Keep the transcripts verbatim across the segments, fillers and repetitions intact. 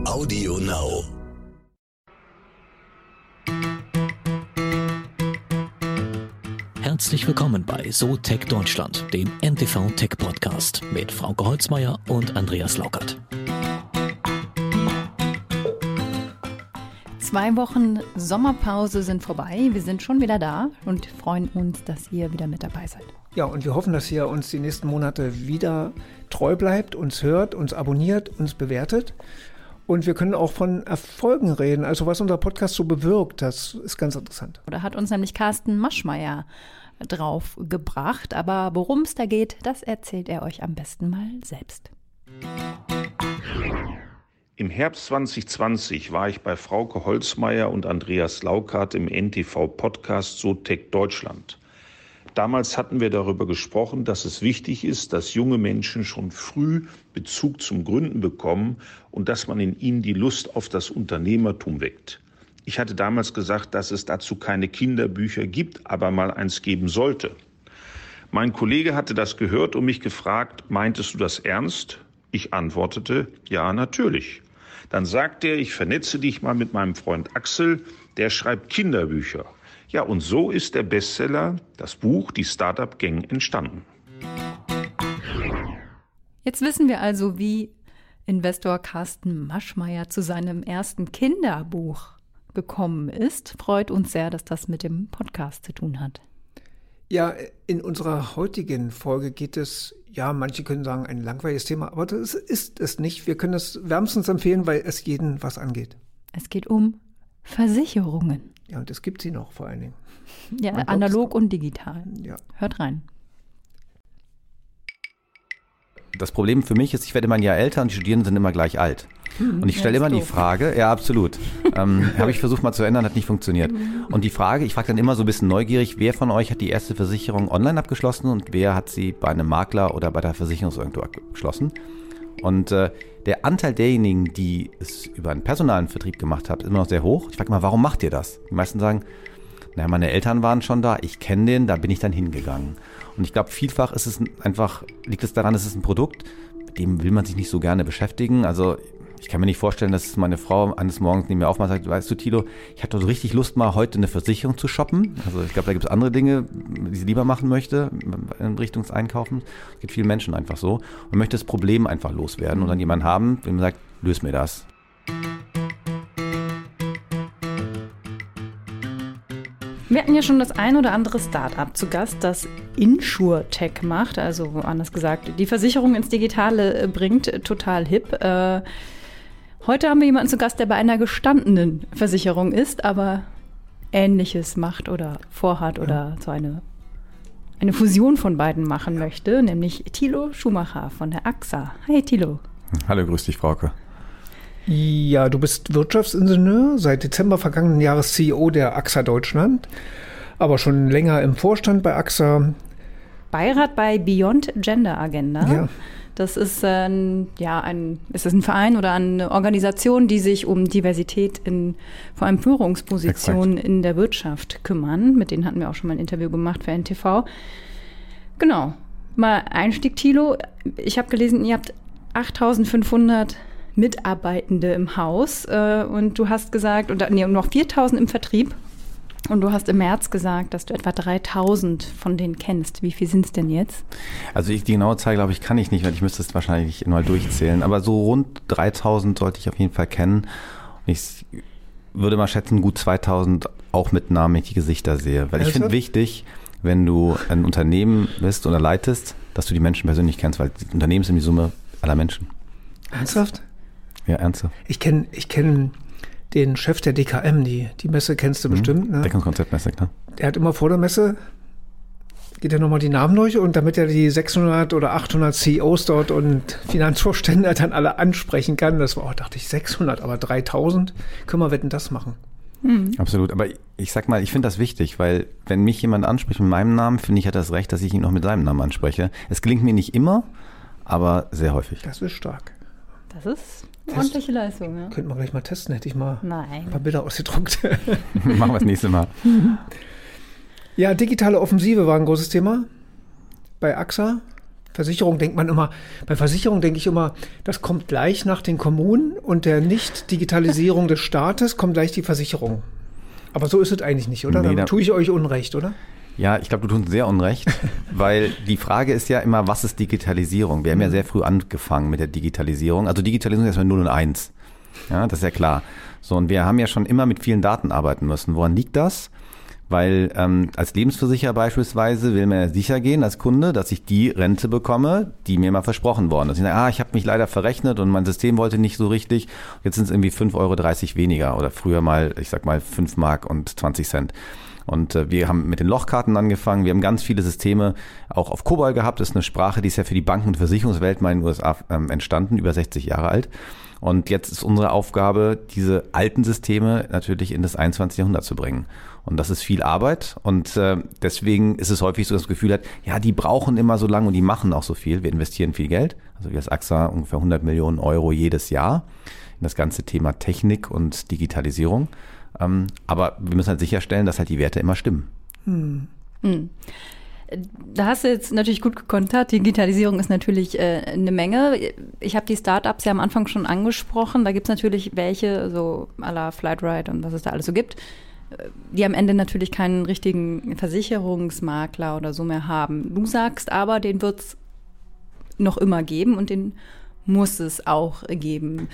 Audio Now. Herzlich willkommen bei So Tech Deutschland, dem N T V Tech Podcast mit Frauke Holzmeier und Andreas Laukert. Zwei Wochen Sommerpause sind vorbei. Wir sind schon wieder da und freuen uns, dass ihr wieder mit dabei seid. Ja, und wir hoffen, dass ihr uns die nächsten Monate wieder treu bleibt, uns hört, uns abonniert, uns bewertet. Und wir können auch von Erfolgen reden, also was unser Podcast so bewirkt, das ist ganz interessant. Da hat uns nämlich Carsten Maschmeyer drauf gebracht, aber worum es da geht, das erzählt er euch am besten mal selbst. Im Herbst zwanzig zwanzig war ich bei Frauke Holzmeier und Andreas Laukert im N T V-Podcast So Tech Deutschland. Damals hatten wir darüber gesprochen, dass es wichtig ist, dass junge Menschen schon früh Bezug zum Gründen bekommen und dass man in ihnen die Lust auf das Unternehmertum weckt. Ich hatte damals gesagt, dass es dazu keine Kinderbücher gibt, aber mal eins geben sollte. Mein Kollege hatte das gehört und mich gefragt, meintest du das ernst? Ich antwortete, ja, natürlich. Dann sagte er, ich vernetze dich mal mit meinem Freund Axel, der schreibt Kinderbücher. Ja, und so ist der Bestseller, das Buch Die Startup-Gang, entstanden. Jetzt wissen wir also, wie Investor Carsten Maschmeyer zu seinem ersten Kinderbuch gekommen ist. Freut uns sehr, dass das mit dem Podcast zu tun hat. Ja, in unserer heutigen Folge geht es, ja, manche können sagen, ein langweiliges Thema, aber das ist es nicht. Wir können es wärmstens empfehlen, weil es jeden was angeht. Es geht um Versicherungen. Ja, und es gibt sie noch vor allen Dingen. Ja, analog und digital. Ja. Hört rein. Das Problem für mich ist, ich werde immer ein Jahr älter und die Studierenden sind immer gleich alt. Mhm. Und ich stelle ja, immer doof. die Frage, ja absolut, ähm, habe ich versucht mal zu ändern, hat nicht funktioniert. Mhm. Und die Frage, ich frage dann immer so ein bisschen neugierig, wer von euch hat die erste Versicherung online abgeschlossen und wer hat sie bei einem Makler oder bei der Versicherungsagentur abgeschlossen? Und äh, der Anteil derjenigen, die es über einen personalen Vertrieb gemacht haben, ist immer noch sehr hoch. Ich frage mal, warum macht ihr das? Die meisten sagen, naja, meine Eltern waren schon da, ich kenne den, da bin ich dann hingegangen. Und ich glaube, vielfach ist es einfach, liegt es daran, es ist ein Produkt, mit dem will man sich nicht so gerne beschäftigen. Also ich kann mir nicht vorstellen, dass meine Frau eines Morgens neben mir aufmacht und sagt, weißt du, Thilo, ich hatte so richtig Lust, mal heute eine Versicherung zu shoppen. Also ich glaube, da gibt es andere Dinge, die sie lieber machen möchte in Richtung des Einkaufen. Es gibt vielen Menschen einfach so und möchte das Problem einfach loswerden und dann jemanden haben, der mir sagt, löse mir das. Wir hatten ja schon das ein oder andere Start-up zu Gast, das InsurTech macht, also anders gesagt, die Versicherung ins Digitale bringt, total hip. Äh, heute haben wir jemanden zu Gast, der bei einer gestandenen Versicherung ist, aber Ähnliches macht oder vorhat oder ja. so eine, eine Fusion von beiden machen möchte, nämlich Thilo Schumacher von der A X A. Hi Thilo. Hallo, grüß dich, Frauke. Ja, du bist Wirtschaftsingenieur, seit Dezember vergangenen Jahres C E O der A X A Deutschland, aber schon länger im Vorstand bei A X A. Beirat bei Beyond Gender Agenda. Ja. Das ist ein, ja, ein, ist das ein Verein oder eine Organisation, die sich um Diversität in vor allem Führungspositionen Exakt. in der Wirtschaft kümmern. Mit denen hatten wir auch schon mal ein Interview gemacht für N T V. Genau. Mal Einstieg, Thilo. Ich habe gelesen, ihr habt achttausendfünfhundert Mitarbeitende im Haus äh, und du hast gesagt, und nee, noch viertausend im Vertrieb und du hast im März gesagt, dass du etwa dreitausend von denen kennst. Wie viel sind es denn jetzt? Also ich, die genaue Zahl, glaube ich, kann ich nicht, weil ich müsste es wahrscheinlich mal durchzählen, aber so rund dreitausend sollte ich auf jeden Fall kennen. Und ich würde mal schätzen, gut zweitausend auch mit Namen, wenn ich die Gesichter sehe, weil ich finde wichtig, wenn du ein Unternehmen bist oder leitest, dass du die Menschen persönlich kennst, weil die Unternehmen sind die Summe aller Menschen. Ernsthaft? Ja, ernsthaft. Ich kenne ich kenn den Chef der D K M, die, die Messe kennst du mhm. bestimmt. Ne? Deckungskonzeptmesse, klar. Der hat immer vor der Messe, geht er nochmal die Namen durch und damit er die sechshundert oder achthundert C E Os dort und Finanzvorstände dann alle ansprechen kann, das war, oh, dachte ich sechshundert, aber dreitausend, können wir wetten, das machen. Mhm. Absolut, aber ich sag mal, ich finde das wichtig, weil wenn mich jemand anspricht mit meinem Namen, finde ich, hat das Recht, dass ich ihn auch mit seinem Namen anspreche. Es gelingt mir nicht immer, aber sehr häufig. Das ist stark. Das ist eine ordentliche Leistung, ja. Könnten wir gleich mal testen, hätte ich mal Nein. ein paar Bilder ausgedruckt. Machen wir das nächste Mal. Ja, digitale Offensive war ein großes Thema bei A X A. Versicherung denkt man immer, bei Versicherung denke ich immer, das kommt gleich nach den Kommunen und der Nicht-Digitalisierung des Staates kommt gleich die Versicherung. Aber so ist es eigentlich nicht, oder? Nee, Dann tue ich euch Unrecht, oder? Ja, ich glaube, du tust sehr Unrecht, weil die Frage ist ja immer, was ist Digitalisierung? Wir haben ja sehr früh angefangen mit der Digitalisierung. Also Digitalisierung ist erstmal null und eins. Ja, das ist ja klar. So, und wir haben ja schon immer mit vielen Daten arbeiten müssen. Woran liegt das? Weil ähm, als Lebensversicherer beispielsweise will man ja sicher gehen als Kunde, dass ich die Rente bekomme, die mir mal versprochen worden ist. Ich sage, ah, ich habe mich leider verrechnet und mein System wollte nicht so richtig. Jetzt sind es irgendwie fünf Euro dreißig weniger oder früher mal, ich sag mal, fünf Mark und zwanzig Cent. Und äh, wir haben mit den Lochkarten angefangen. Wir haben ganz viele Systeme auch auf COBOL gehabt. Das ist eine Sprache, die ist ja für die Banken- und Versicherungswelt mal in den U S A ähm, entstanden, über sechzig Jahre alt. Und jetzt ist unsere Aufgabe, diese alten Systeme natürlich in das einundzwanzigste Jahrhundert zu bringen. Und das ist viel Arbeit. Und äh, deswegen ist es häufig so, dass das Gefühl hat, ja, die brauchen immer so lange und die machen auch so viel. Wir investieren viel Geld. Also wir als A X A ungefähr hundert Millionen Euro jedes Jahr in das ganze Thema Technik und Digitalisierung. Ähm, aber wir müssen halt sicherstellen, dass halt die Werte immer stimmen. Hm. Hm. Da hast du jetzt natürlich gut gekontert. Digitalisierung ist natürlich äh, eine Menge. Ich habe die Startups ja am Anfang schon angesprochen. Da gibt es natürlich welche, so à la Flightride und was es da alles so gibt, die am Ende natürlich keinen richtigen Versicherungsmakler oder so mehr haben. Du sagst aber, den wird es noch immer geben und den muss es auch geben.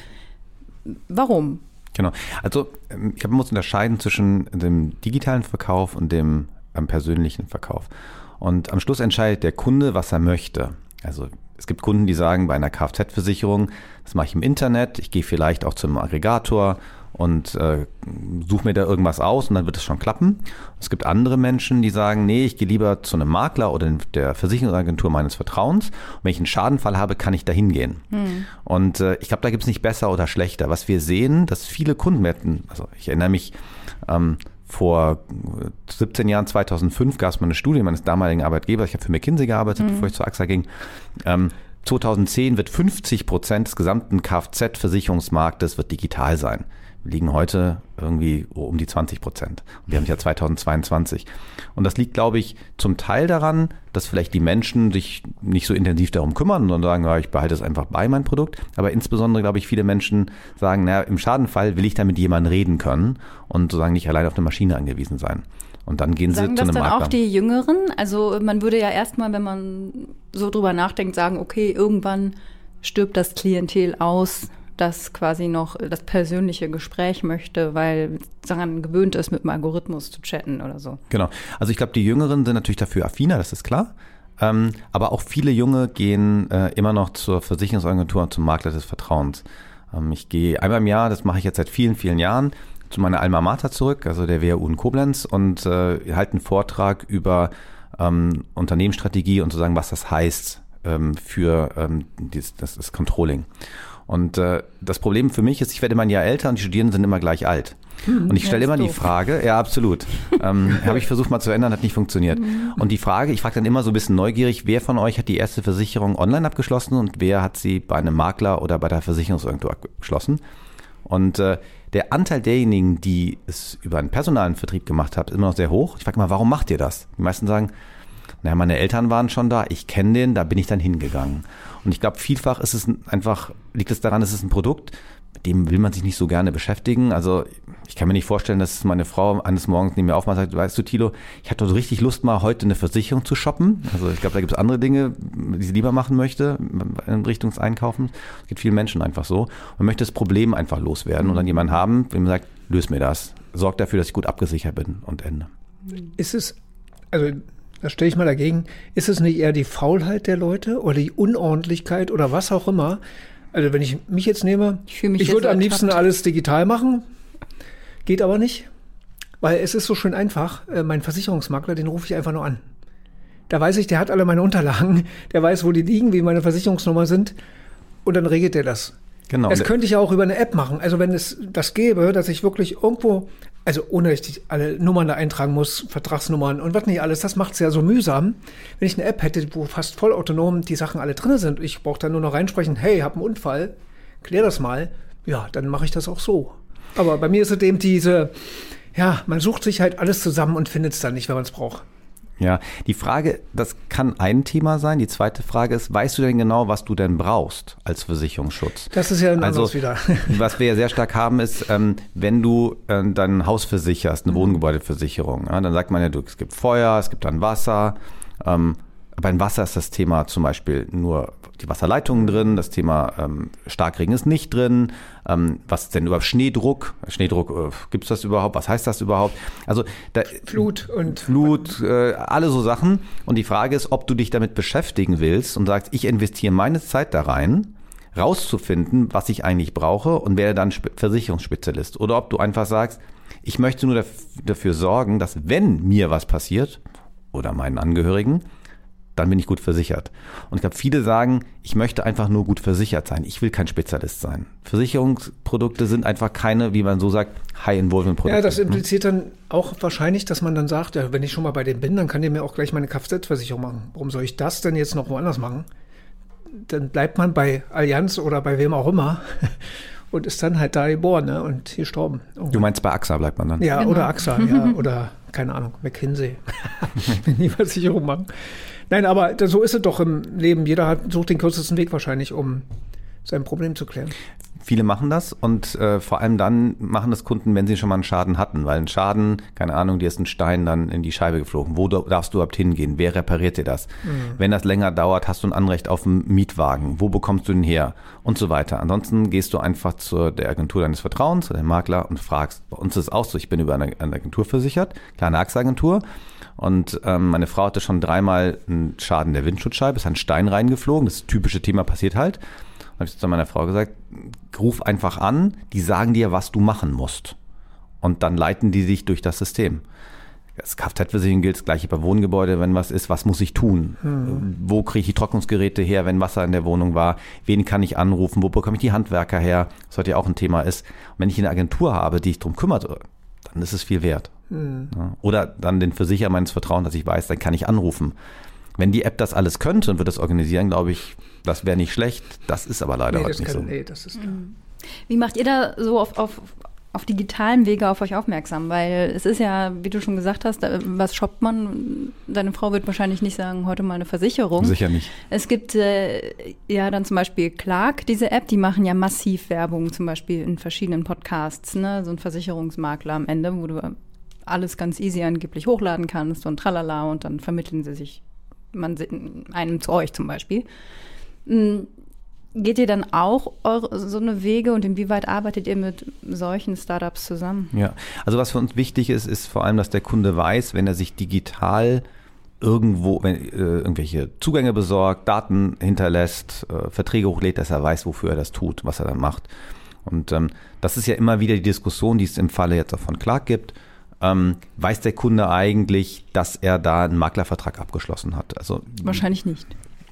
Warum? Genau. Also ich glaube, man muss unterscheiden zwischen dem digitalen Verkauf und dem ähm, persönlichen Verkauf. Und am Schluss entscheidet der Kunde, was er möchte. Also es gibt Kunden, die sagen, bei einer Kfz-Versicherung, das mache ich im Internet, ich gehe vielleicht auch zum Aggregator und äh, suche mir da irgendwas aus und dann wird es schon klappen. Es gibt andere Menschen, die sagen, nee, ich gehe lieber zu einem Makler oder der Versicherungsagentur meines Vertrauens. Und wenn ich einen Schadenfall habe, kann ich da hingehen. Hm. Und äh, ich glaube, da gibt es nicht besser oder schlechter. Was wir sehen, dass viele Kunden werden, also ich erinnere mich, ähm, vor siebzehn Jahren, zweitausendfünf, gab es mal eine Studie meines damaligen Arbeitgebers. Ich habe für McKinsey gearbeitet, mhm. bevor ich zur A X A ging. Ähm, zweitausendzehn wird fünfzig Prozent des gesamten Kfz-Versicherungsmarktes wird digital sein. Wir liegen heute irgendwie um die zwanzig Prozent. Und wir haben ja zweitausendzweiundzwanzig. Und das liegt, glaube ich, zum Teil daran, dass vielleicht die Menschen sich nicht so intensiv darum kümmern und sagen, ja, ich behalte es einfach bei, mein Produkt. Aber insbesondere, glaube ich, viele Menschen sagen, naja, im Schadenfall will ich da mit jemandem reden können und sozusagen nicht allein auf eine Maschine angewiesen sein. Und dann gehen sagen sie zu einem Makler. Sagen das dann auch die Jüngeren? Also man würde ja erstmal, wenn man so drüber nachdenkt, sagen, okay, irgendwann stirbt das Klientel aus, das quasi noch das persönliche Gespräch möchte, weil es daran gewöhnt ist, mit dem Algorithmus zu chatten oder so. Genau. Also ich glaube, die Jüngeren sind natürlich dafür affiner, das ist klar. Ähm, aber auch viele Junge gehen äh, immer noch zur Versicherungsagentur und zum Makler des Vertrauens. Ähm, ich gehe einmal im Jahr, das mache ich jetzt seit vielen, vielen Jahren, zu meiner Alma Mater zurück, also der W H U in Koblenz, und äh, halte einen Vortrag über ähm, Unternehmensstrategie und sozusagen, was das heißt ähm, für ähm, dies, das, das Controlling. Und äh, das Problem für mich ist, ich werde immer ein Jahr älter und die Studierenden sind immer gleich alt. Mhm, und ich stelle immer doof. die Frage, ja absolut, ähm, habe ich versucht mal zu ändern, hat nicht funktioniert. Mhm. Und die Frage, ich frage dann immer so ein bisschen neugierig, wer von euch hat die erste Versicherung online abgeschlossen und wer hat sie bei einem Makler oder bei der Versicherungsagentur abgeschlossen? Und äh, der Anteil derjenigen, die es über einen personalen Vertrieb gemacht haben, ist immer noch sehr hoch. Ich frage mal, warum macht ihr das? Die meisten sagen, naja, meine Eltern waren schon da, ich kenne den, da bin ich dann hingegangen. Und ich glaube, vielfach ist es einfach, liegt es daran, es ist ein Produkt, mit dem will man sich nicht so gerne beschäftigen. Also ich kann mir nicht vorstellen, dass meine Frau eines Morgens neben mir aufmacht und sagt, weißt du, Thilo, ich hatte so richtig Lust, mal heute eine Versicherung zu shoppen. Also ich glaube, da gibt es andere Dinge, die sie lieber machen möchte in Richtung Einkaufen. Es gibt vielen Menschen einfach so. Man möchte das Problem einfach loswerden und dann jemanden haben, dem man sagt, löse mir das. Sorg dafür, dass ich gut abgesichert bin und Ende. Ist es, also das stelle ich mal dagegen, ist es nicht eher die Faulheit der Leute oder die Unordentlichkeit oder was auch immer? Also wenn ich mich jetzt nehme, ich, ich würde am liebsten alles digital machen, geht aber nicht, weil es ist so schön einfach. Äh, mein Versicherungsmakler, den rufe ich einfach nur an. Da weiß ich, der hat alle meine Unterlagen, der weiß, wo die liegen, wie meine Versicherungsnummer sind und dann regelt der das. Genau. Das könnte ich ja auch über eine App machen. Also wenn es das gäbe, dass ich wirklich irgendwo, also ohne dass ich alle Nummern da eintragen muss, Vertragsnummern und was nicht alles, das macht es ja so mühsam. Wenn ich eine App hätte, wo fast vollautonom die Sachen alle drin sind, ich brauche dann nur noch reinsprechen, hey, hab einen Unfall, klär das mal, ja, dann mache ich das auch so. Aber bei mir ist es eben diese, ja, man sucht sich halt alles zusammen und findet es dann nicht, wenn man es braucht. Ja, die Frage, das kann ein Thema sein. Die zweite Frage ist, weißt du denn genau, was du denn brauchst als Versicherungsschutz? Das ist ja ein also, anderes wieder. Was wir ja sehr stark haben, ist, ähm, wenn du äh, dein Haus versicherst, eine Wohngebäudeversicherung, ja, dann sagt man ja, du, es gibt Feuer, es gibt dann Wasser. Ähm, beim Wasser ist das Thema zum Beispiel nur die Wasserleitungen drin, das Thema ähm, Starkregen ist nicht drin. Ähm, was ist denn überhaupt Schneedruck? Schneedruck, äh, gibt es das überhaupt? Was heißt das überhaupt? Also da, Flut und Flut, äh, alle so Sachen. Und die Frage ist, ob du dich damit beschäftigen willst und sagst, ich investiere meine Zeit da rein, rauszufinden, was ich eigentlich brauche und werde dann Spe- Versicherungsspezialist. Oder ob du einfach sagst, ich möchte nur daf- dafür sorgen, dass wenn mir was passiert oder meinen Angehörigen, dann bin ich gut versichert. Und ich glaube, viele sagen, ich möchte einfach nur gut versichert sein. Ich will kein Spezialist sein. Versicherungsprodukte sind einfach keine, wie man so sagt, High-Involvement-Produkte. Ja, das impliziert dann auch wahrscheinlich, dass man dann sagt, ja, wenn ich schon mal bei dem bin, dann kann der mir auch gleich meine Kfz-Versicherung machen. Warum soll ich das denn jetzt noch woanders machen? Dann bleibt man bei Allianz oder bei wem auch immer und ist dann halt da geboren, ne? Und gestorben. Irgendwann. Du meinst, bei A X A bleibt man dann? Ja, Genau. oder A X A, ja, oder keine Ahnung, McKinsey. Ich will nie Versicherung machen. Nein, aber so ist es doch im Leben. Jeder hat, sucht den kürzesten Weg wahrscheinlich, um sein Problem zu klären. Viele machen das und äh, vor allem dann machen das Kunden, wenn sie schon mal einen Schaden hatten. Weil ein Schaden, keine Ahnung, dir ist ein Stein dann in die Scheibe geflogen. Wo darfst du überhaupt hingehen? Wer repariert dir das? Mhm. Wenn das länger dauert, hast du ein Anrecht auf einen Mietwagen. Wo bekommst du den her? Und so weiter. Ansonsten gehst du einfach zu der Agentur deines Vertrauens, zu dem Makler und fragst. Bei uns ist es auch so, ich bin über eine, eine Agentur versichert, kleine A X A-Agentur. Und ähm, meine Frau hatte schon dreimal einen Schaden der Windschutzscheibe, ist ein Stein reingeflogen. Das typische Thema passiert halt. Da habe ich zu meiner Frau gesagt, ruf einfach an, die sagen dir, was du machen musst. Und dann leiten die dich durch das System. Das Kfz-Versicherung gilt das gleiche bei Wohngebäude, wenn was ist, was muss ich tun? Mhm. Wo kriege ich die Trocknungsgeräte her, wenn Wasser in der Wohnung war? Wen kann ich anrufen? Wo bekomme ich die Handwerker her? Was heute ja auch ein Thema ist. Und wenn ich eine Agentur habe, die sich darum kümmert, dann ist es viel wert. Mhm. Oder dann den Versicherer meines Vertrauens, dass ich weiß, dann kann ich anrufen. Wenn die App das alles könnte und würde das organisieren, glaube ich, das wäre nicht schlecht. Das ist aber leider nee, heute nicht kann, so. Nee, das ist mhm. Wie macht ihr da so auf, auf, auf digitalen Wege auf euch aufmerksam? Weil es ist ja, wie du schon gesagt hast, was shoppt man? Deine Frau wird wahrscheinlich nicht sagen, heute mal eine Versicherung. Sicher nicht. Es gibt äh, ja dann zum Beispiel Clark, diese App, die machen ja massiv Werbung, zum Beispiel in verschiedenen Podcasts, ne? So ein Versicherungsmakler am Ende, wo du alles ganz easy angeblich hochladen kannst und tralala und dann vermitteln sie sich man einem zu euch zum Beispiel. Geht ihr dann auch eure, so eine Wege und inwieweit arbeitet ihr mit solchen Startups zusammen? Ja, also was für uns wichtig ist, ist vor allem, dass der Kunde weiß, wenn er sich digital irgendwo, wenn äh, irgendwelche Zugänge besorgt, Daten hinterlässt, äh, Verträge hochlädt, dass er weiß, wofür er das tut, was er dann macht. Und ähm, das ist ja immer wieder die Diskussion, die es im Falle jetzt auch von Clark gibt. Ähm, weiß der Kunde eigentlich, dass er da einen Maklervertrag abgeschlossen hat? Also wahrscheinlich nicht.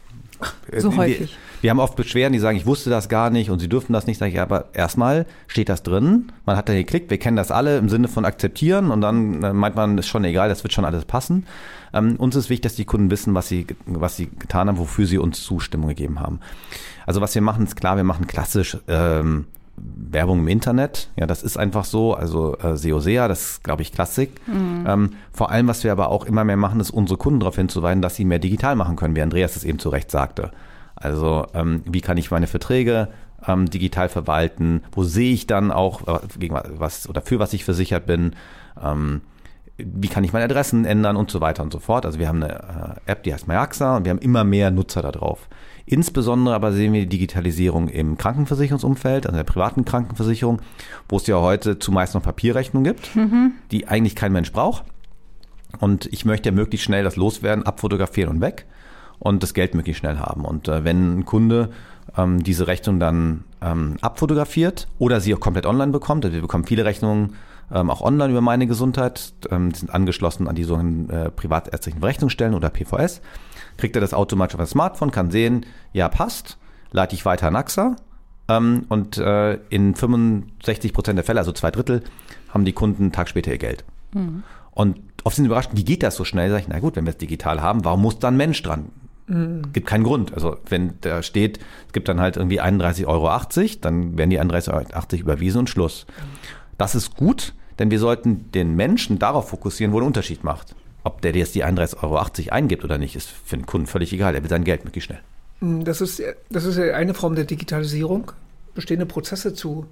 So wir, häufig. Wir haben oft Beschwerden, die sagen, ich wusste das gar nicht und sie dürfen das nicht. Sag ich, aber erstmal steht das drin, man hat da geklickt, wir kennen das alle im Sinne von akzeptieren und dann äh, meint man, ist schon egal, das wird schon alles passen. Ähm, uns ist wichtig, dass die Kunden wissen, was sie, was sie getan haben, wofür sie uns Zustimmung gegeben haben. Also was wir machen, ist klar, wir machen klassisch ähm, Werbung im Internet, ja, das ist einfach so, also äh, S E O, S E A, das ist, glaube ich, Klassik. Mhm. Ähm, vor allem, was wir aber auch immer mehr machen, ist unsere Kunden darauf hinzuweisen, dass sie mehr digital machen können, wie Andreas es eben zu Recht sagte. Also ähm, wie kann ich meine Verträge ähm, digital verwalten, wo sehe ich dann auch, gegen was oder für was ich versichert bin, ähm, wie kann ich meine Adressen ändern und so weiter und so fort. Also wir haben eine äh, App, die heißt MyAXA und wir haben immer mehr Nutzer da drauf. Insbesondere aber sehen wir die Digitalisierung im Krankenversicherungsumfeld, also der privaten Krankenversicherung, wo es ja heute zumeist noch Papierrechnungen gibt, mhm. die eigentlich kein Mensch braucht. Und ich möchte ja möglichst schnell das loswerden, abfotografieren und weg und das Geld möglichst schnell haben. Und äh, wenn ein Kunde ähm, diese Rechnung dann ähm, abfotografiert oder sie auch komplett online bekommt, also wir bekommen viele Rechnungen ähm, auch online über meine Gesundheit, ähm, die sind angeschlossen an die sogenannten äh, privatärztlichen Berechnungsstellen oder P V S, kriegt er das automatisch auf das Smartphone, kann sehen, ja, passt, leite ich weiter an A X A ähm, und äh, in fünfundsechzig Prozent der Fälle, also zwei Drittel, haben die Kunden einen Tag später ihr Geld. Mhm. Und oft sind sie überrascht, wie geht das so schnell? Sag ich, na gut, wenn wir es digital haben, warum muss da ein Mensch dran? Mhm. Gibt keinen Grund. Also wenn da steht, es gibt dann halt irgendwie einunddreißig Euro achtzig, dann werden die einunddreißig Euro achtzig überwiesen und Schluss. Das ist gut, denn wir sollten den Menschen darauf fokussieren, wo der Unterschied macht. ob der jetzt die einunddreißig Euro achtzig eingibt oder nicht, ist für den Kunden völlig egal. Er will sein Geld möglichst schnell. Das ist, das ist ja eine Form der Digitalisierung, bestehende Prozesse zu,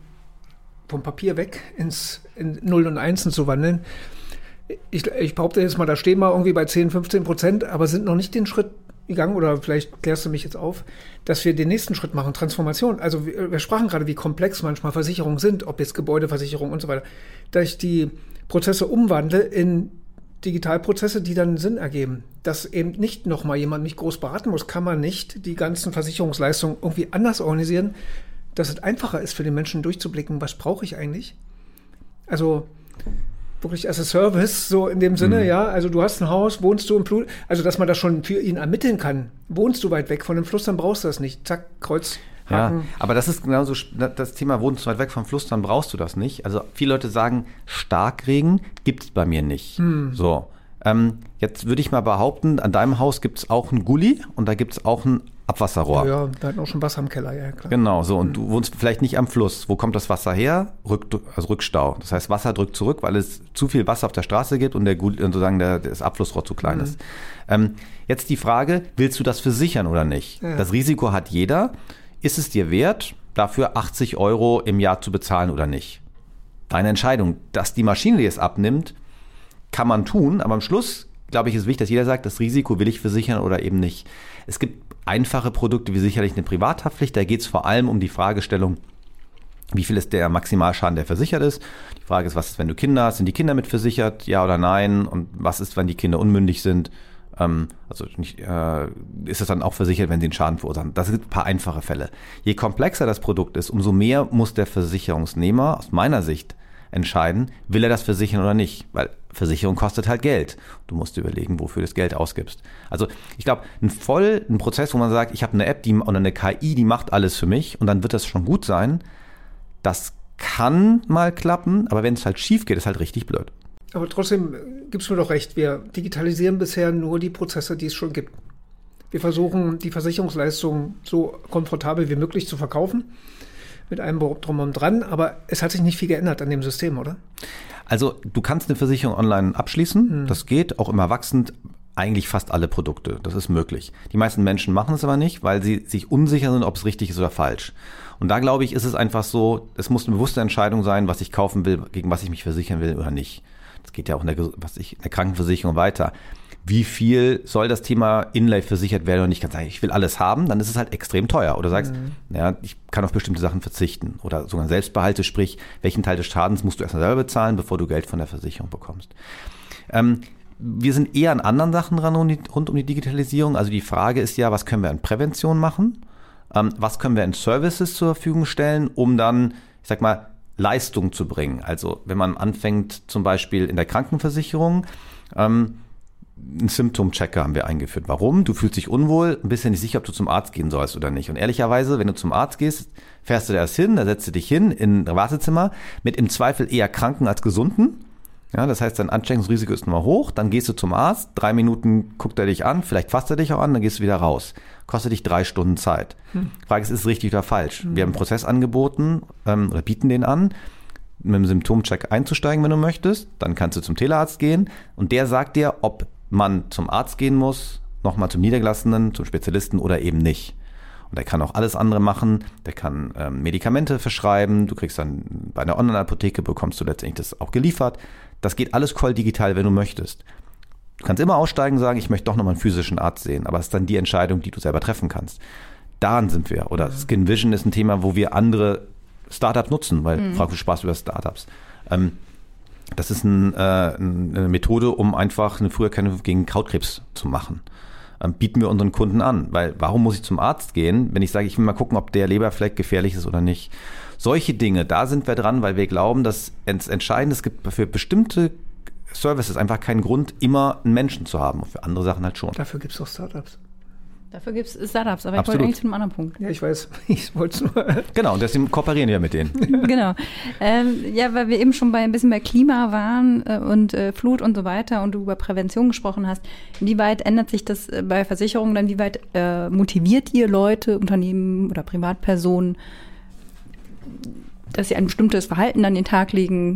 vom Papier weg ins in Null und Einsen zu wandeln. Ich, ich behaupte jetzt mal, da stehen wir irgendwie bei zehn, fünfzehn Prozent, aber sind noch nicht den Schritt gegangen, oder vielleicht klärst du mich jetzt auf, dass wir den nächsten Schritt machen, Transformation. Also wir, wir sprachen gerade, wie komplex manchmal Versicherungen sind, ob jetzt Gebäudeversicherung und so weiter, dass ich die Prozesse umwandle in Digitalprozesse, die dann Sinn ergeben. Dass eben nicht nochmal jemand mich groß beraten muss, kann man nicht die ganzen Versicherungsleistungen irgendwie anders organisieren, dass es einfacher ist für den Menschen durchzublicken, was brauche ich eigentlich? Also wirklich as a Service, so in dem Sinne, mhm. ja, also du hast ein Haus, wohnst du im Fluss, also dass man das schon für ihn ermitteln kann. Wohnst du weit weg von dem Fluss, dann brauchst du das nicht. Zack, Kreuz, Haken. Ja, aber das ist genauso das Thema, wohnst du weit weg vom Fluss, dann brauchst du das nicht. Also viele Leute sagen, Starkregen gibt es bei mir nicht. Mhm. So, ähm, jetzt würde ich mal behaupten, an deinem Haus gibt es auch einen Gully und da gibt es auch ein Abwasserrohr. Ja, ja, wir hatten auch schon Wasser im Keller, ja klar. Genau, so, und mhm. du wohnst vielleicht nicht am Fluss. Wo kommt das Wasser her? Rück, also Rückstau. Das heißt, Wasser drückt zurück, weil es zu viel Wasser auf der Straße gibt und der sozusagen der, das Abflussrohr zu klein mhm. ist. Ähm, jetzt die Frage, willst du das versichern oder nicht? Ja. Das Risiko hat jeder. Ist es dir wert, dafür achtzig Euro im Jahr zu bezahlen oder nicht? Deine Entscheidung. Dass die Maschine dir es abnimmt, kann man tun, aber am Schluss, glaube ich, ist wichtig, dass jeder sagt, das Risiko will ich versichern oder eben nicht. Es gibt einfache Produkte wie sicherlich eine Privathaftpflicht. Da geht es vor allem um die Fragestellung, wie viel ist der Maximalschaden, der versichert ist. Die Frage ist, was ist, wenn du Kinder hast? Sind die Kinder mitversichert? Ja oder nein? Und was ist, wenn die Kinder unmündig sind? Ähm, also nicht, äh, ist es dann auch versichert, wenn sie einen Schaden verursachen? Das sind ein paar einfache Fälle. Je komplexer das Produkt ist, umso mehr muss der Versicherungsnehmer aus meiner Sicht entscheiden, will er das versichern oder nicht, weil Versicherung kostet halt Geld. Du musst überlegen, wofür du das Geld ausgibst. Also ich glaube, ein voll ein Prozess, wo man sagt, ich habe eine App die, oder eine K I, die macht alles für mich und dann wird das schon gut sein, das kann mal klappen, aber wenn es halt schief geht, ist halt richtig blöd. Aber trotzdem gibst du mir doch recht, wir digitalisieren bisher nur die Prozesse, die es schon gibt. Wir versuchen, die Versicherungsleistung so komfortabel wie möglich zu verkaufen, mit einem drum und dran, aber es hat sich nicht viel geändert an dem System, oder? Also du kannst eine Versicherung online abschließen, hm. das geht, auch im Erwachsenen, eigentlich fast alle Produkte, das ist möglich. Die meisten Menschen machen es aber nicht, weil sie sich unsicher sind, ob es richtig ist oder falsch. Und da glaube ich, ist es einfach so, es muss eine bewusste Entscheidung sein, was ich kaufen will, gegen was ich mich versichern will oder nicht. Das geht ja auch in der, was ich, in der Krankenversicherung weiter. Wie viel soll das Thema Inlay versichert werden und ich kann sagen, ich will alles haben, dann ist es halt extrem teuer. Oder sagst, mhm. ja, ich kann auf bestimmte Sachen verzichten. Oder sogar Selbstbehalte, sprich, welchen Teil des Schadens musst du erstmal selber bezahlen, bevor du Geld von der Versicherung bekommst. Ähm, wir sind eher an anderen Sachen dran rund um die Digitalisierung. Also die Frage ist ja, was können wir an Prävention machen? Ähm, was können wir in Services zur Verfügung stellen, um dann, ich sag mal, Leistung zu bringen? Also wenn man anfängt, zum Beispiel in der Krankenversicherung, ähm, einen Symptom-Checker haben wir eingeführt. Warum? Du fühlst dich unwohl, bist ja nicht sicher, ob du zum Arzt gehen sollst oder nicht. Und ehrlicherweise, wenn du zum Arzt gehst, fährst du da erst hin, da setzt du dich hin in ein Wartezimmer mit im Zweifel eher Kranken als Gesunden. Ja, das heißt, dein Ansteckungsrisiko ist nochmal hoch. Dann gehst du zum Arzt, drei Minuten guckt er dich an, vielleicht fasst er dich auch an, dann gehst du wieder raus. Kostet dich drei Stunden Zeit. Hm. Frage ist, ist es richtig oder falsch? Hm. Wir haben einen Prozess angeboten ähm, oder bieten den an, mit einem Symptomcheck einzusteigen, wenn du möchtest. Dann kannst du zum Telearzt gehen und der sagt dir, ob man zum Arzt gehen muss, nochmal zum Niedergelassenen, zum Spezialisten oder eben nicht. Und der kann auch alles andere machen, der kann ähm, Medikamente verschreiben, du kriegst dann bei einer Online-Apotheke, bekommst du letztendlich das auch geliefert. Das geht alles voll digital, wenn du möchtest. Du kannst immer aussteigen und sagen, ich möchte doch nochmal einen physischen Arzt sehen, aber es ist dann die Entscheidung, die du selber treffen kannst. Daran sind wir. Oder mhm. Skin Vision ist ein Thema, wo wir andere Startups nutzen, weil mhm. fragst du Spaß über Startups. Ähm, Das ist ein, äh, eine Methode, um einfach eine Früherkennung gegen Hautkrebs zu machen. Ähm, bieten wir unseren Kunden an. Weil warum muss ich zum Arzt gehen, wenn ich sage, ich will mal gucken, ob der Leberfleck gefährlich ist oder nicht. Solche Dinge, da sind wir dran, weil wir glauben, dass es entscheidend ist, es gibt für bestimmte Services einfach keinen Grund, immer einen Menschen zu haben. Und für andere Sachen halt schon. Dafür gibt es auch Startups. Dafür gibt es Startups, aber Absolut. Ich wollte eigentlich zu einem anderen Punkt. Ja, ich weiß, ich wollte es nur. Genau, und deswegen kooperieren wir mit denen. Genau. Ähm, ja, weil wir eben schon bei ein bisschen bei Klima waren äh, und äh, Flut und so weiter und du über Prävention gesprochen hast. Inwieweit ändert sich das äh, bei Versicherungen dann? Wie weit äh, motiviert ihr Leute, Unternehmen oder Privatpersonen, dass sie ein bestimmtes Verhalten an den Tag legen,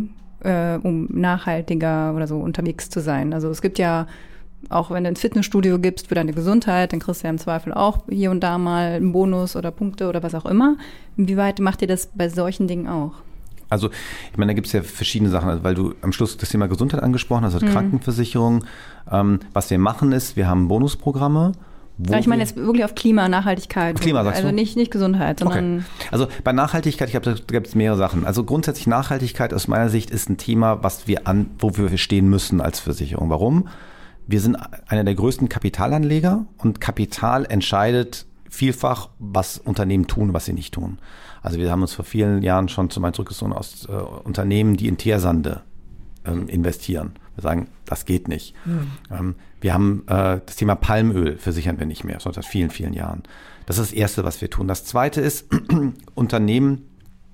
äh, um nachhaltiger oder so unterwegs zu sein. Also es gibt ja, auch wenn du ins Fitnessstudio gibst für deine Gesundheit, dann kriegst du ja im Zweifel auch hier und da mal einen Bonus oder Punkte oder was auch immer. Inwieweit macht ihr das bei solchen Dingen auch? Also ich meine, da gibt es ja verschiedene Sachen, also, weil du am Schluss das Thema Gesundheit angesprochen hast, also mhm. Krankenversicherung. Ähm, was wir machen ist, wir haben Bonusprogramme. Ja, ich meine jetzt wirklich auf Klima, Nachhaltigkeit. Klima, sagst also du? nicht, nicht Gesundheit, sondern... Okay. Also bei Nachhaltigkeit, ich glaube, da gibt es mehrere Sachen. Also grundsätzlich Nachhaltigkeit aus meiner Sicht ist ein Thema, was wir an, wofür wir stehen müssen als Versicherung. Warum? Wir sind einer der größten Kapitalanleger und Kapital entscheidet vielfach, was Unternehmen tun, was sie nicht tun. Also wir haben uns vor vielen Jahren schon zum Beispiel zurückgezogen aus äh, Unternehmen, die in Teersande ähm, investieren. Wir sagen, das geht nicht. Mhm. Ähm, wir haben äh, das Thema Palmöl versichern wir nicht mehr, schon seit vielen, vielen Jahren. Das ist das Erste, was wir tun. Das Zweite ist, Unternehmen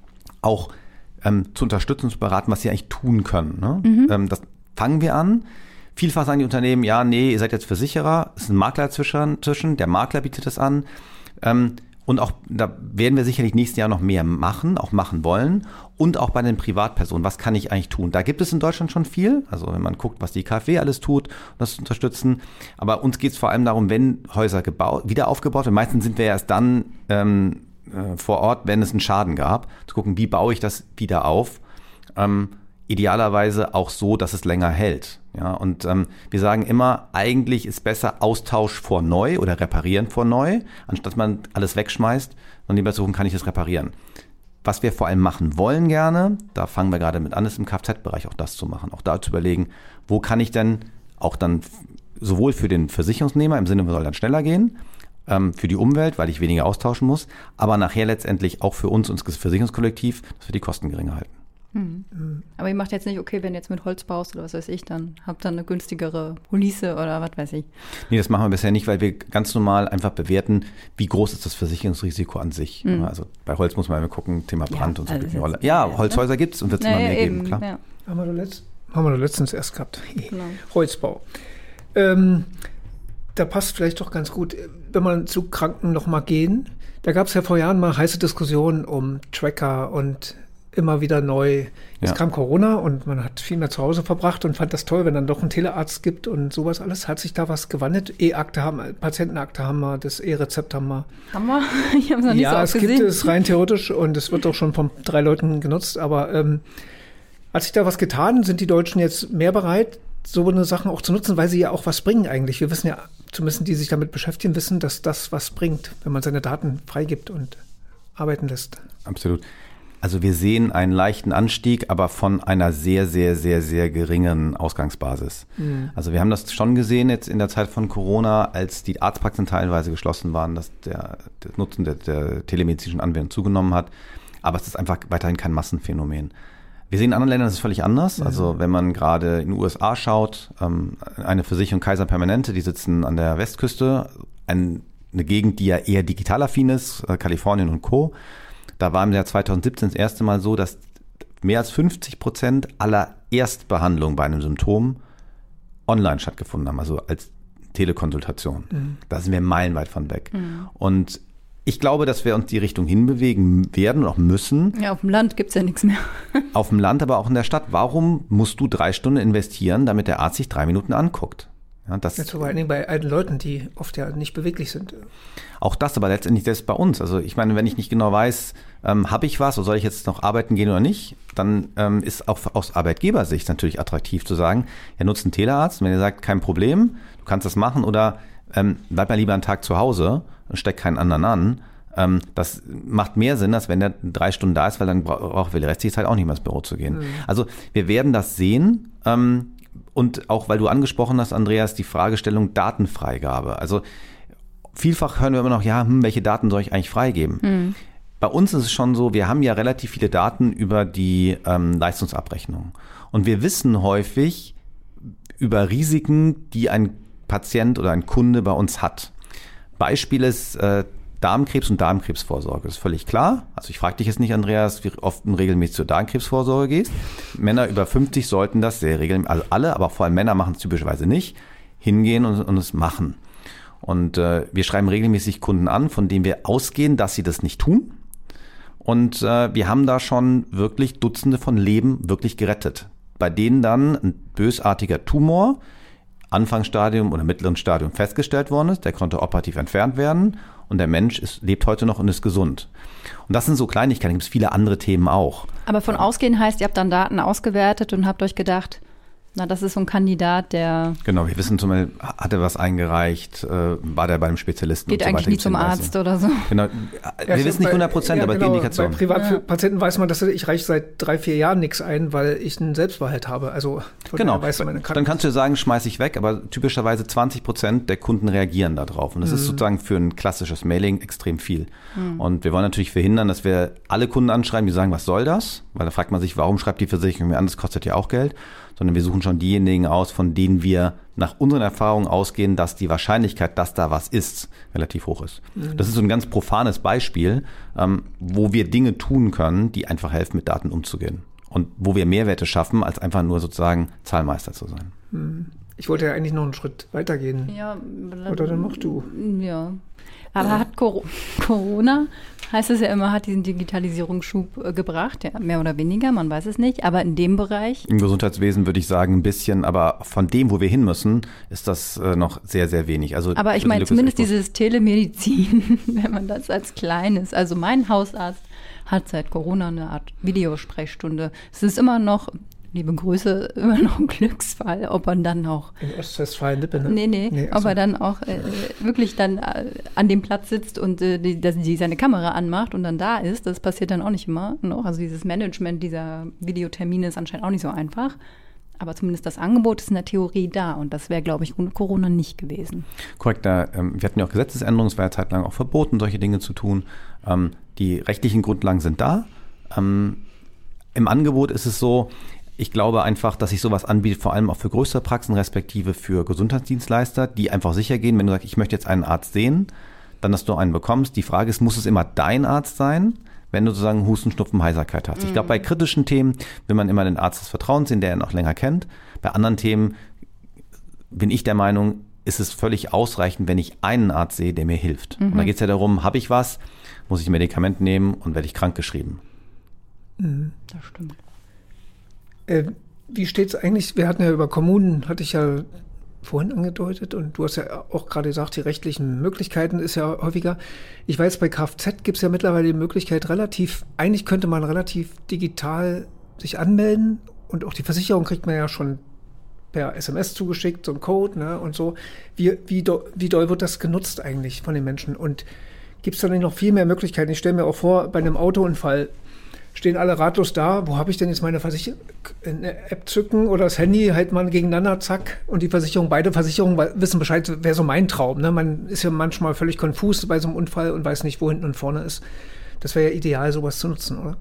auch ähm, zu unterstützen, zu beraten, was sie eigentlich tun können. Ne? Mhm. Ähm, das fangen wir an. Vielfach sagen die Unternehmen, ja, nee, ihr seid jetzt Versicherer, es ist ein Makler zwischen, zwischen der Makler bietet es an. Ähm, und auch da werden wir sicherlich nächstes Jahr noch mehr machen, auch machen wollen. Und auch bei den Privatpersonen, was kann ich eigentlich tun? Da gibt es in Deutschland schon viel. Also wenn man guckt, was die KfW alles tut, das zu unterstützen. Aber uns geht es vor allem darum, wenn Häuser gebaut, wieder aufgebaut werden. Meistens sind wir erst dann ähm, äh, vor Ort, wenn es einen Schaden gab, zu gucken, wie baue ich das wieder auf. Ähm, Idealerweise auch so, dass es länger hält. Ja, und ähm, wir sagen immer, eigentlich ist besser Austausch vor neu oder reparieren vor neu, anstatt man alles wegschmeißt und lieber suchen, kann ich das reparieren. Was wir vor allem machen wollen gerne, da fangen wir gerade mit an, ist im Kfz-Bereich auch das zu machen, auch da zu überlegen, wo kann ich denn auch dann sowohl für den Versicherungsnehmer im Sinne, wir sollen dann schneller gehen, ähm, für die Umwelt, weil ich weniger austauschen muss, aber nachher letztendlich auch für uns, unser Versicherungskollektiv, dass wir die Kosten geringer halten. Hm. Mhm. Aber ihr macht jetzt nicht, okay, wenn du jetzt mit Holz baust oder was weiß ich, dann habt ihr eine günstigere Police oder was weiß ich. Nee, das machen wir bisher nicht, weil wir ganz normal einfach bewerten, wie groß ist das Versicherungsrisiko an sich. Mhm. Also bei Holz muss man immer gucken, Thema Brand ja, und so. Also eine Rolle. Ja, Holzhäuser gibt es und wird es naja, immer mehr eben, geben, klar. Ja. Haben wir, letzt, haben wir letztens erst gehabt. Genau. Holzbau. Ähm, da passt vielleicht doch ganz gut, wenn man zu Kranken noch mal gehen. Da gab es ja vor Jahren mal heiße Diskussionen um Tracker und immer wieder neu. Jetzt ja. kam Corona und man hat viel mehr zu Hause verbracht und fand das toll, wenn dann doch einen Telearzt gibt und sowas alles. Hat sich da was gewandelt? E-Akte haben wir, Patientenakte haben wir, das E-Rezept haben wir. Haben wir? Ich habe es noch nicht ja, so oft gesehen. Ja, es gibt es rein theoretisch und es wird auch schon von drei Leuten genutzt. Aber ähm, hat sich da was getan? Sind die Deutschen jetzt mehr bereit, so eine Sachen auch zu nutzen, weil sie ja auch was bringen eigentlich? Wir wissen ja, zumindest die sich damit beschäftigen, wissen, dass das was bringt, wenn man seine Daten freigibt und arbeiten lässt. Absolut. Also wir sehen einen leichten Anstieg, aber von einer sehr, sehr, sehr, sehr geringen Ausgangsbasis. Mhm. Also wir haben das schon gesehen jetzt in der Zeit von Corona, als die Arztpraxen teilweise geschlossen waren, dass der, der Nutzen der, der telemedizinischen Anwendung zugenommen hat. Aber es ist einfach weiterhin kein Massenphänomen. Wir sehen in anderen Ländern, das ist völlig anders. Mhm. Also wenn man gerade in den U S A schaut, ähm, eine Versicherung Kaiser Permanente, die sitzen an der Westküste, ein, eine Gegend, die ja eher digital affin ist, äh, Kalifornien und Co., da war im Jahr zweitausendsiebzehn das erste Mal so, dass mehr als fünfzig Prozent aller Erstbehandlungen bei einem Symptom online stattgefunden haben, also als Telekonsultation. Mhm. Da sind wir meilenweit von weg. Mhm. Und ich glaube, dass wir uns die Richtung hinbewegen werden und auch müssen. Ja, auf dem Land gibt es ja nichts mehr. Auf dem Land, aber auch in der Stadt. Warum musst du drei Stunden investieren, damit der Arzt sich drei Minuten anguckt? Ja, das ja, vor allen Dingen bei alten Leuten, die oft ja nicht beweglich sind. Auch das, aber letztendlich selbst bei uns. Also ich meine, wenn ich nicht genau weiß, ähm, habe ich was oder soll ich jetzt noch arbeiten gehen oder nicht, dann ähm, ist auch aus Arbeitgebersicht natürlich attraktiv zu sagen, ja, nutzt einen Telearzt. Wenn ihr sagt, kein Problem, du kannst das machen oder ähm, bleib mal lieber einen Tag zu Hause und steck keinen anderen an. Ähm, das macht mehr Sinn, als wenn der drei Stunden da ist, weil dann braucht wir die restliche Zeit auch nicht mehr ins Büro zu gehen. Mhm. Also wir werden das sehen. Ähm, Und auch, weil du angesprochen hast, Andreas, die Fragestellung Datenfreigabe. Also vielfach hören wir immer noch, ja, hm, welche Daten soll ich eigentlich freigeben? Mhm. Bei uns ist es schon so, wir haben ja relativ viele Daten über die ähm, Leistungsabrechnung. Und wir wissen häufig über Risiken, die ein Patient oder ein Kunde bei uns hat. Beispiel ist äh, Darmkrebs und Darmkrebsvorsorge, das ist völlig klar. Also ich frage dich jetzt nicht, Andreas, wie oft du regelmäßig zur Darmkrebsvorsorge gehst. Männer über fünfzig sollten das sehr regelmäßig, also alle, aber vor allem Männer machen es typischerweise nicht, hingehen und, und es machen. Und äh, wir schreiben regelmäßig Kunden an, von denen wir ausgehen, dass sie das nicht tun. Und äh, wir haben da schon wirklich Dutzende von Leben wirklich gerettet. bei denen dann ein bösartiger Tumor Anfangsstadium oder mittleren Stadium festgestellt worden ist. Der konnte operativ entfernt werden und der Mensch ist, lebt heute noch und ist gesund. Und das sind so Kleinigkeiten, gibt es viele andere Themen auch. Aber von ausgehen heißt, ihr habt dann Daten ausgewertet und habt euch gedacht, na, das ist so ein Kandidat, der... Genau, wir wissen zum Beispiel, hat er was eingereicht, äh, war der beim Spezialisten geht und so eigentlich weiter. nie zum Arzt oder so. Genau, ja, wir wissen nicht hundert Prozent, ja, aber genau, die Indikation. Bei Privatpatienten ja. weiß man, dass ich reiche seit drei, vier Jahren nichts ein, weil ich einen Selbstbehalt habe. Also genau, weiß man, dann kannst du sagen, schmeiß ich weg, aber typischerweise zwanzig Prozent der Kunden reagieren da drauf. Und das mhm. ist sozusagen für ein klassisches Mailing extrem viel. Mhm. Und wir wollen natürlich verhindern, dass wir alle Kunden anschreiben, die sagen, was soll das? Weil da fragt man sich, warum schreibt die Versicherung mir an, das kostet ja auch Geld. Sondern wir suchen schon diejenigen aus, von denen wir nach unseren Erfahrungen ausgehen, dass die Wahrscheinlichkeit, dass da was ist, relativ hoch ist. Mhm. Das ist so ein ganz profanes Beispiel, ähm, wo wir Dinge tun können, die einfach helfen, mit Daten umzugehen. Und wo wir Mehrwerte schaffen, als einfach nur sozusagen Zahlmeister zu sein. Mhm. Ich wollte ja eigentlich noch einen Schritt weitergehen. Ja, oder dann mach du. Ja. Aber ja. hat Cor- Corona, heißt es ja immer, hat diesen Digitalisierungsschub äh, gebracht, ja, mehr oder weniger, man weiß es nicht, aber in dem Bereich? Im Gesundheitswesen würde ich sagen ein bisschen, aber von dem, wo wir hin müssen, ist das äh, noch sehr, sehr wenig. Also, aber ich meine zumindest dieses Telemedizin, wenn man das als kleines, also mein Hausarzt hat seit Corona eine Art Videosprechstunde. Es ist immer noch... Liebe Grüße, immer noch ein Glücksfall, ob man dann auch... In Ostwestfalen-Lippe, ne? Nee, nee, nee ob er dann auch äh, wirklich dann äh, an dem Platz sitzt und äh, die, die seine Kamera anmacht und dann da ist. Das passiert dann auch nicht immer noch. Also dieses Management dieser Videotermine ist anscheinend auch nicht so einfach. Aber zumindest das Angebot ist in der Theorie da und das wäre, glaube ich, ohne Corona nicht gewesen. Korrekt, da, ähm, wir hatten ja auch Gesetzesänderungen, es war ja zeitlang auch verboten, solche Dinge zu tun. Ähm, die rechtlichen Grundlagen sind da. Ähm, im Angebot ist es so, ich glaube einfach, dass sich sowas anbietet, vor allem auch für größere Praxen, respektive für Gesundheitsdienstleister, die einfach sicher gehen, wenn du sagst, ich möchte jetzt einen Arzt sehen, dann, dass du einen bekommst. Die Frage ist, muss es immer dein Arzt sein, wenn du sozusagen Husten, Schnupfen, Heiserkeit hast? Mhm. Ich glaube, bei kritischen Themen will man immer den Arzt des Vertrauens sehen, der ihn auch länger kennt. Bei anderen Themen bin ich der Meinung, ist es völlig ausreichend, wenn ich einen Arzt sehe, der mir hilft. Mhm. Und da geht es ja darum, habe ich was, muss ich ein Medikament nehmen und werde ich krankgeschrieben. Mhm. Das stimmt. Wie steht es eigentlich, wir hatten ja über Kommunen, hatte ich ja vorhin angedeutet und du hast ja auch gerade gesagt, die rechtlichen Möglichkeiten ist ja häufiger. Ich weiß, bei Kfz gibt es ja mittlerweile die Möglichkeit relativ, eigentlich könnte man relativ digital sich anmelden und auch die Versicherung kriegt man ja schon per S M S zugeschickt, so ein Code, ne, und so. Wie, wie, do, wie doll wird das genutzt eigentlich von den Menschen und gibt es da nicht noch viel mehr Möglichkeiten? Ich stelle mir auch vor, bei einem Autounfall stehen alle ratlos da, wo habe ich denn jetzt meine Versicherung? Eine App zücken oder das Handy, halt man gegeneinander, zack, und die Versicherung, beide Versicherungen wissen Bescheid, wäre so mein Traum. Ne? Man ist ja manchmal völlig konfus bei so einem Unfall und weiß nicht, wo hinten und vorne ist. Das wäre ja ideal, sowas zu nutzen, oder?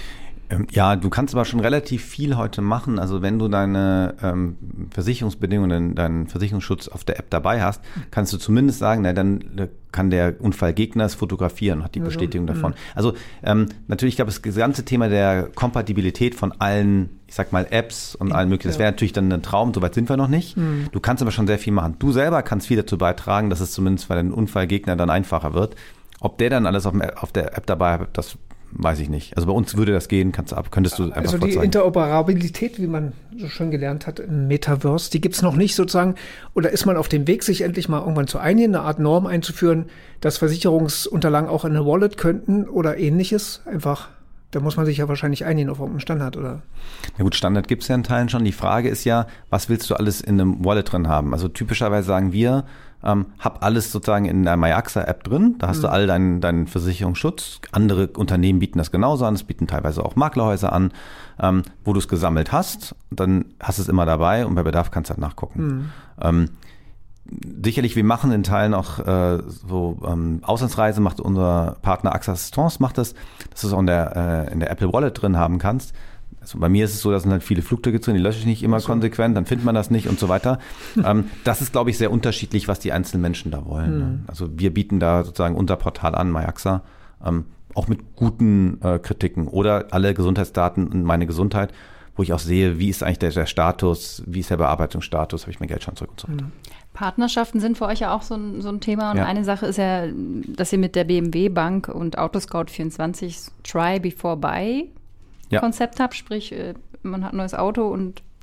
Ja, du kannst aber schon relativ viel heute machen. Also wenn du deine ähm, Versicherungsbedingungen, deinen Versicherungsschutz auf der App dabei hast, kannst du zumindest sagen, na, dann kann der Unfallgegner es fotografieren und hat die Bestätigung also, davon. Also ähm, natürlich, ich glaube, das ganze Thema der Kompatibilität von allen, ich sag mal, Apps und allen möglichen, das wäre natürlich dann ein Traum, soweit sind wir noch nicht. Mhm. Du kannst aber schon sehr viel machen. Du selber kannst viel dazu beitragen, dass es zumindest bei den Unfallgegner dann einfacher wird. Ob der dann alles auf, dem, auf der App dabei hat, das weiß ich nicht. Also bei uns würde das gehen, kannst du ab, könntest du einfach Also die vorzeigen. Interoperabilität, wie man so schön gelernt hat im Metaverse, die gibt's noch nicht sozusagen. Oder ist man auf dem Weg, sich endlich mal irgendwann zu einigen, eine Art Norm einzuführen, dass Versicherungsunterlagen auch in eine Wallet könnten oder ähnliches? Einfach, da muss man sich ja wahrscheinlich einigen auf irgendeinen Standard, oder? Na gut, Standard gibt's ja in Teilen schon. Die Frage ist ja, was willst du alles in einem Wallet drin haben? Also typischerweise sagen wir, Ähm, hab alles sozusagen in der MyAXA-App drin. Da hast mhm. du all deinen, deinen Versicherungsschutz. Andere Unternehmen bieten das genauso an. Es bieten teilweise auch Maklerhäuser an, ähm, wo du es gesammelt hast. Dann hast du es immer dabei und bei Bedarf kannst du halt nachgucken. Mhm. Ähm, sicherlich, wir machen in Teilen auch äh, so ähm, Auslandsreise, macht unser Partner AXA Assistance, macht das, dass du es auch in der, äh, in der Apple Wallet drin haben kannst. Also bei mir ist es so, da sind halt viele Flugtickets drin, die lösche ich nicht immer so konsequent, dann findet man das nicht und so weiter. ähm, das ist, glaube ich, sehr unterschiedlich, was die einzelnen Menschen da wollen. Mhm. Ne? Also wir bieten da sozusagen unser Portal an, MyAXA, ähm, auch mit guten äh, Kritiken oder alle Gesundheitsdaten und meine Gesundheit, wo ich auch sehe, wie ist eigentlich der, der Status, wie ist der Bearbeitungsstatus, habe ich mein Geld schon zurück und so weiter. Mhm. Partnerschaften sind für euch ja auch so ein, so ein Thema. Und ja. eine Sache ist ja, dass ihr mit der B M W Bank und Autoscout vierundzwanzig Try Before Buy ja. Konzept habt, sprich, man hat ein neues Auto und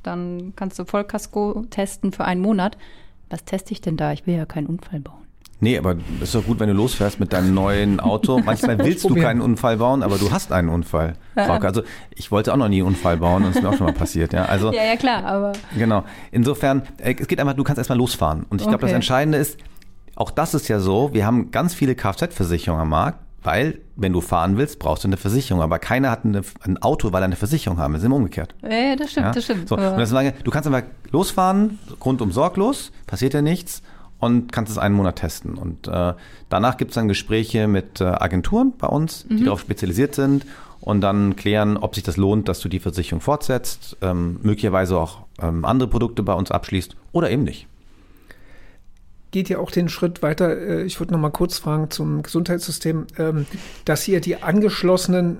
dann kannst du Vollkasko testen für einen Monat. Was teste ich denn da? Ich will ja keinen Unfall bauen. Nee, aber ist doch gut, wenn du losfährst mit deinem neuen Auto. Manchmal willst du keinen Unfall bauen, aber du hast einen Unfall. Frauke. Also ich wollte auch noch nie einen Unfall bauen und es ist mir auch schon mal passiert. Ja, also, ja, ja klar, aber... Genau. Insofern, es geht einfach, du kannst erstmal losfahren. Und ich glaube, okay. Das Entscheidende ist, auch das ist ja so, wir haben ganz viele Kfz-Versicherungen am Markt, weil, wenn du fahren willst, brauchst du eine Versicherung. Aber keiner hat eine, ein Auto, weil er eine Versicherung haben will. Das ist immer umgekehrt. Ja, das stimmt, ja? das stimmt. So, und das lange, du kannst einfach losfahren, rundum sorglos, passiert ja nichts und kannst es einen Monat testen. Und äh, danach gibt es dann Gespräche mit äh, Agenturen bei uns, die mhm. darauf spezialisiert sind und dann klären, ob sich das lohnt, dass du die Versicherung fortsetzt, ähm, möglicherweise auch ähm, andere Produkte bei uns abschließt oder eben nicht. Geht ja auch den Schritt weiter, ich würde noch mal kurz fragen zum Gesundheitssystem, dass ihr die angeschlossenen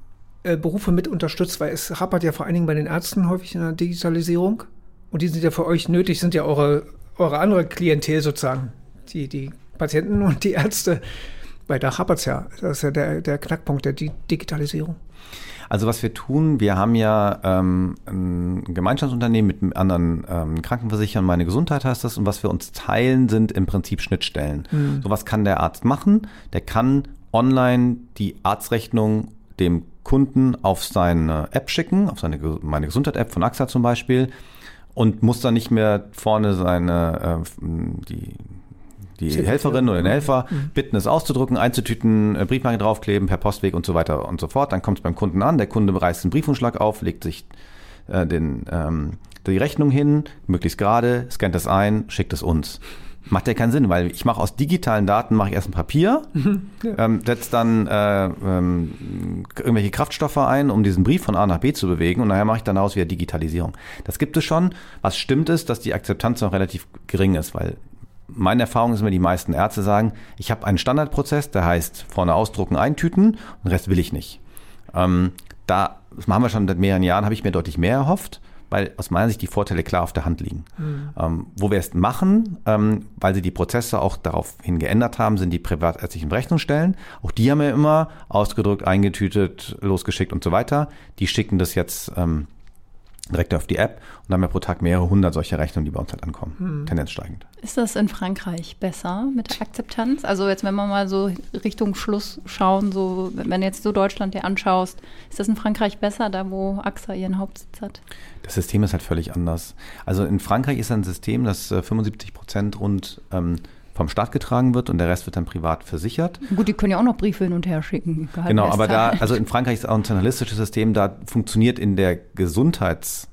Berufe mit unterstützt, weil es hapert ja vor allen Dingen bei den Ärzten häufig in der Digitalisierung und die sind ja für euch nötig, sind ja eure, eure andere Klientel sozusagen, die, die Patienten und die Ärzte, weil da hapert es ja, das ist ja der, der Knackpunkt der Digitalisierung. Also was wir tun, wir haben ja ähm, ein Gemeinschaftsunternehmen mit anderen ähm, Krankenversicherern, Meine Gesundheit heißt das, und was wir uns teilen, sind im Prinzip Schnittstellen. Mhm. So was kann der Arzt machen? Der kann online die Arztrechnung dem Kunden auf seine App schicken, auf seine Meine Gesundheit-App von A X A zum Beispiel, und muss dann nicht mehr vorne seine äh, die die Helferin oder den Helfer mhm. bitten, es auszudrucken, einzutüten, Briefmarke draufkleben, per Postweg und so weiter und so fort. Dann kommt es beim Kunden an, der Kunde reißt einen Briefumschlag auf, legt sich äh, den, ähm, die Rechnung hin, möglichst gerade, scannt das ein, schickt es uns. Macht ja keinen Sinn, weil ich mache aus digitalen Daten, mache ich erst ein Papier, mhm. ja. ähm, setze dann äh, ähm, irgendwelche Kraftstoffe ein, um diesen Brief von A nach B zu bewegen, und nachher mache ich dann daraus wieder Digitalisierung. Das gibt es schon. Was stimmt ist, dass die Akzeptanz noch relativ gering ist, weil meine Erfahrung ist immer, die meisten Ärzte sagen, ich habe einen Standardprozess, der heißt vorne ausdrucken, eintüten und den Rest will ich nicht. Ähm, da, das machen wir schon seit mehreren Jahren, habe ich mir deutlich mehr erhofft, weil aus meiner Sicht die Vorteile klar auf der Hand liegen. Mhm. Ähm, wo wir es machen, ähm, weil sie die Prozesse auch daraufhin geändert haben, sind die privatärztlichen Rechnungsstellen. Auch die haben wir immer ausgedruckt, eingetütet, losgeschickt und so weiter. Die schicken das jetzt ähm, direkt auf die App und haben ja pro Tag mehrere hundert solcher Rechnungen, die bei uns halt ankommen, hm. Tendenz steigend. Ist das in Frankreich besser mit der Akzeptanz? Also jetzt, wenn wir mal so Richtung Schluss schauen, so wenn jetzt so Deutschland dir anschaust, ist das in Frankreich besser, da wo A X A ihren Hauptsitz hat? Das System ist halt völlig anders. Also in Frankreich ist ein System, das fünfundsiebzig Prozent rund ähm, vom Staat getragen wird und der Rest wird dann privat versichert. Gut, die können ja auch noch Briefe hin und her schicken. Genau, aber da, also in Frankreich ist auch ein zentralistisches System, da funktioniert in der Gesundheitswelt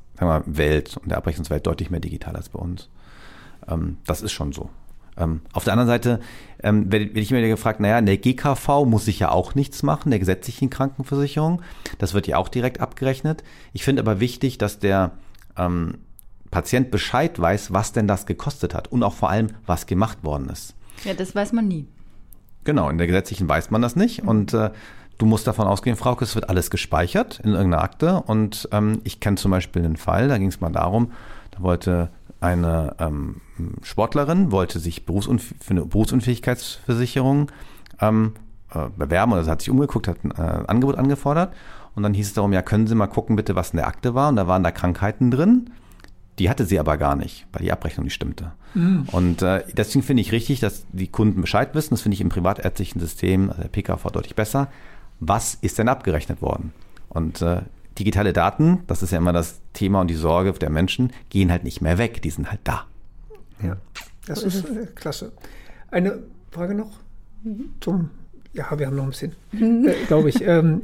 und der Abrechnungswelt deutlich mehr digital als bei uns. Ähm, das ist schon so. Ähm, auf der anderen Seite ähm, werde ich mir gefragt, naja, in der G K V muss ich ja auch nichts machen, der gesetzlichen Krankenversicherung. Das wird ja auch direkt abgerechnet. Ich finde aber wichtig, dass der ähm, Patient Bescheid weiß, was denn das gekostet hat und auch vor allem, was gemacht worden ist. Ja, das weiß man nie. Genau, in der gesetzlichen weiß man das nicht. Mhm. Und äh, du musst davon ausgehen, Frauke, es wird alles gespeichert in irgendeiner Akte. Und ähm, ich kenne zum Beispiel einen Fall, da ging es mal darum, da wollte eine ähm, Sportlerin, wollte sich Berufsunf- für eine Berufsunfähigkeitsversicherung ähm, äh, bewerben, oder sie hat sich umgeguckt, hat ein äh, Angebot angefordert. Und dann hieß es darum, ja, können Sie mal gucken, bitte, was in der Akte war. Und da waren da Krankheiten drin. Die hatte sie aber gar nicht, weil die Abrechnung nicht stimmte. Mhm. Und äh, deswegen finde ich richtig, dass die Kunden Bescheid wissen. Das finde ich im privatärztlichen System, also der P K V, deutlich besser. Was ist denn abgerechnet worden? Und äh, digitale Daten, das ist ja immer das Thema und die Sorge der Menschen, gehen halt nicht mehr weg. Die sind halt da. Ja, das so ist äh, klasse. Eine Frage noch mhm. zum, ja, wir haben noch ein bisschen, mhm. äh, glaube ich. ähm,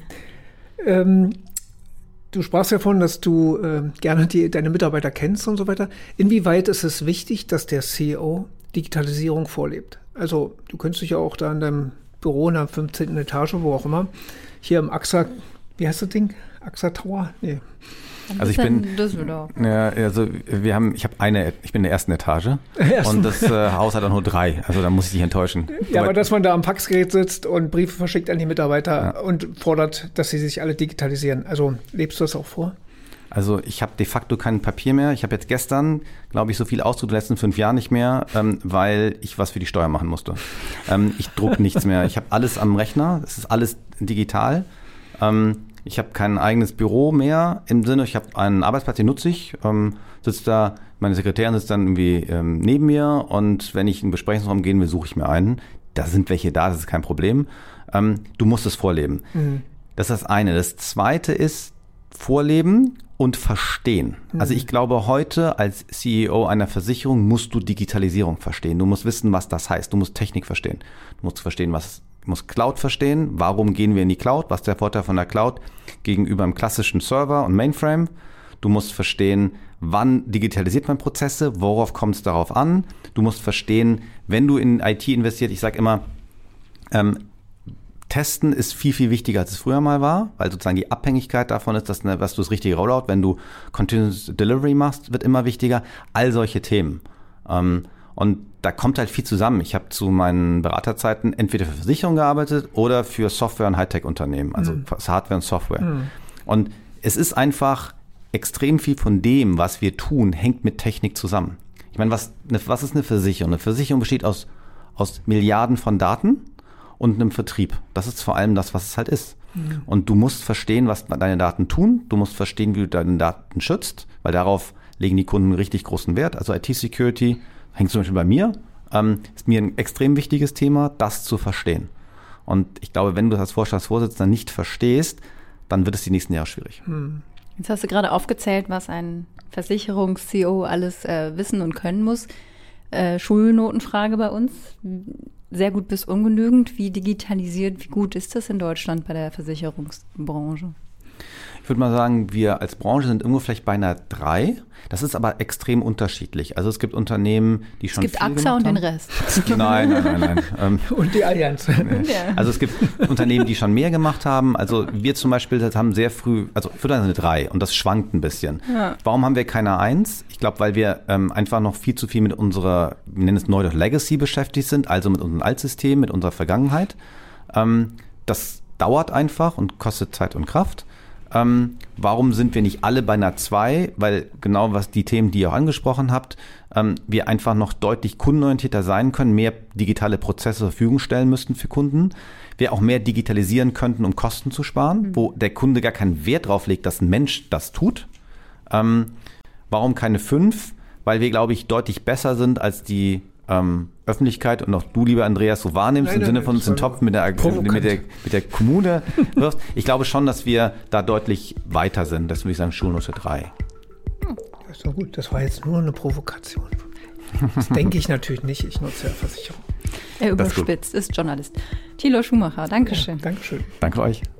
ähm, Du sprachst ja davon, dass du äh, gerne die, deine Mitarbeiter kennst und so weiter. Inwieweit ist es wichtig, dass der C E O Digitalisierung vorlebt? Also du könntest dich ja auch da in deinem Büro in der fünfzehnten Etage, wo auch immer, hier im A X A, wie heißt das Ding? A X A Tower? Nee. Also ich bin, ja, also wir haben, ich habe eine, ich bin in der ersten Etage und das äh, Haus hat auch nur drei, also da muss ich dich enttäuschen. Ja, aber dass man da am Faxgerät sitzt und Briefe verschickt an die Mitarbeiter ja. und fordert, dass sie sich alle digitalisieren. Also lebst du das auch vor? Also ich habe de facto kein Papier mehr. Ich habe jetzt gestern, glaube ich, so viel ausgedruckt, in den letzten fünf Jahren nicht mehr, ähm, weil ich was für die Steuer machen musste. Ähm, ich drucke nichts mehr. Ich habe alles am Rechner, es ist alles digital. Ähm, ich habe kein eigenes Büro mehr im Sinne, ich habe einen Arbeitsplatz, den nutze ich, ähm, sitzt da, meine Sekretärin sitzt dann irgendwie ähm, neben mir und wenn ich in den Besprechungsraum gehen will, suche ich mir einen. Da sind welche da, das ist kein Problem. Ähm, du musst es vorleben. Mhm. Das ist das eine. Das zweite ist vorleben und verstehen. Mhm. Also ich glaube, heute als C E O einer Versicherung musst du Digitalisierung verstehen. Du musst wissen, was das heißt. Du musst Technik verstehen. Du musst verstehen, was du musst Cloud verstehen. Warum gehen wir in die Cloud? Was ist der Vorteil von der Cloud gegenüber einem klassischen Server und Mainframe? Du musst verstehen, wann digitalisiert man Prozesse? Worauf kommt es darauf an? Du musst verstehen, wenn du in I T investiert, ich sage immer, ähm, Testen ist viel, viel wichtiger, als es früher mal war, weil sozusagen die Abhängigkeit davon ist, dass, was du das richtige Rollout, wenn du Continuous Delivery machst, wird immer wichtiger. All solche Themen. Ähm, und da kommt halt viel zusammen. Ich habe zu meinen Beraterzeiten entweder für Versicherungen gearbeitet oder für Software- und Hightech-Unternehmen, also mhm. Hardware und Software. Mhm. Und es ist einfach extrem viel von dem, was wir tun, hängt mit Technik zusammen. Ich meine, was, eine, was ist eine Versicherung? Eine Versicherung besteht aus, aus Milliarden von Daten und einem Vertrieb. Das ist vor allem das, was es halt ist. Mhm. Und du musst verstehen, was deine Daten tun. Du musst verstehen, wie du deine Daten schützt, weil darauf legen die Kunden richtig großen Wert. Also I T-Security hängt zum Beispiel bei mir. Ähm, ist mir ein extrem wichtiges Thema, das zu verstehen. Und ich glaube, wenn du das als Vorstandsvorsitzender nicht verstehst, dann wird es die nächsten Jahre schwierig. Mhm. Jetzt hast du gerade aufgezählt, was ein Versicherungs-C E O alles äh, wissen und können muss. Äh, Schulnotenfrage bei uns. Sehr gut bis ungenügend. Wie digitalisiert, wie gut ist das in Deutschland bei der Versicherungsbranche? Ich würde mal sagen, wir als Branche sind irgendwo vielleicht bei einer drei. Das ist aber extrem unterschiedlich. Also es gibt Unternehmen, die schon Es gibt viel A X A und haben. den Rest. Nein, nein, nein, nein. Ähm, und die Allianz. Nee. Ja. Also es gibt Unternehmen, die schon mehr gemacht haben. Also wir zum Beispiel das haben sehr früh, also ich würde sagen eine drei und das schwankt ein bisschen. Ja. Warum haben wir keine eins? Ich glaube, weil wir ähm, einfach noch viel zu viel mit unserer, wir nennen es Neudeutsch Legacy beschäftigt sind, also mit unserem Altsystemen, mit unserer Vergangenheit. Ähm, das dauert einfach und kostet Zeit und Kraft. Ähm, warum sind wir nicht alle bei einer zwei? Weil genau was die Themen, die ihr auch angesprochen habt, ähm, wir einfach noch deutlich kundenorientierter sein können, mehr digitale Prozesse zur Verfügung stellen müssten für Kunden. Wir auch mehr digitalisieren könnten, um Kosten zu sparen, mhm. wo der Kunde gar keinen Wert drauf legt, dass ein Mensch das tut. Ähm, warum keine fünf? Weil wir, glaube ich, deutlich besser sind als die ähm, Öffentlichkeit und auch du, lieber Andreas, so wahrnimmst, nein, im Sinne von uns den Topf mit der, mit, der, mit der Kommune wirfst. Ich glaube schon, dass wir da deutlich weiter sind. Das würde ich sagen, Schulnote drei. Das ist doch gut. Das war jetzt nur eine Provokation. Das denke ich natürlich nicht. Ich nutze ja Versicherung. Er überspitzt, ist, ist Journalist. Thilo Schumacher, Dankeschön. Ja, Dankeschön. Danke euch.